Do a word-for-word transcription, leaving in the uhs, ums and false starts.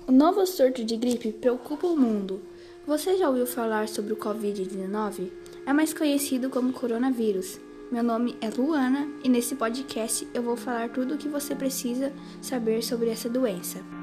O novo surto de gripe preocupa o mundo. Você já ouviu falar sobre o covid dezenove? É mais conhecido como coronavírus. Meu nome é Luana e nesse podcast eu vou falar tudo o que você precisa saber sobre essa doença.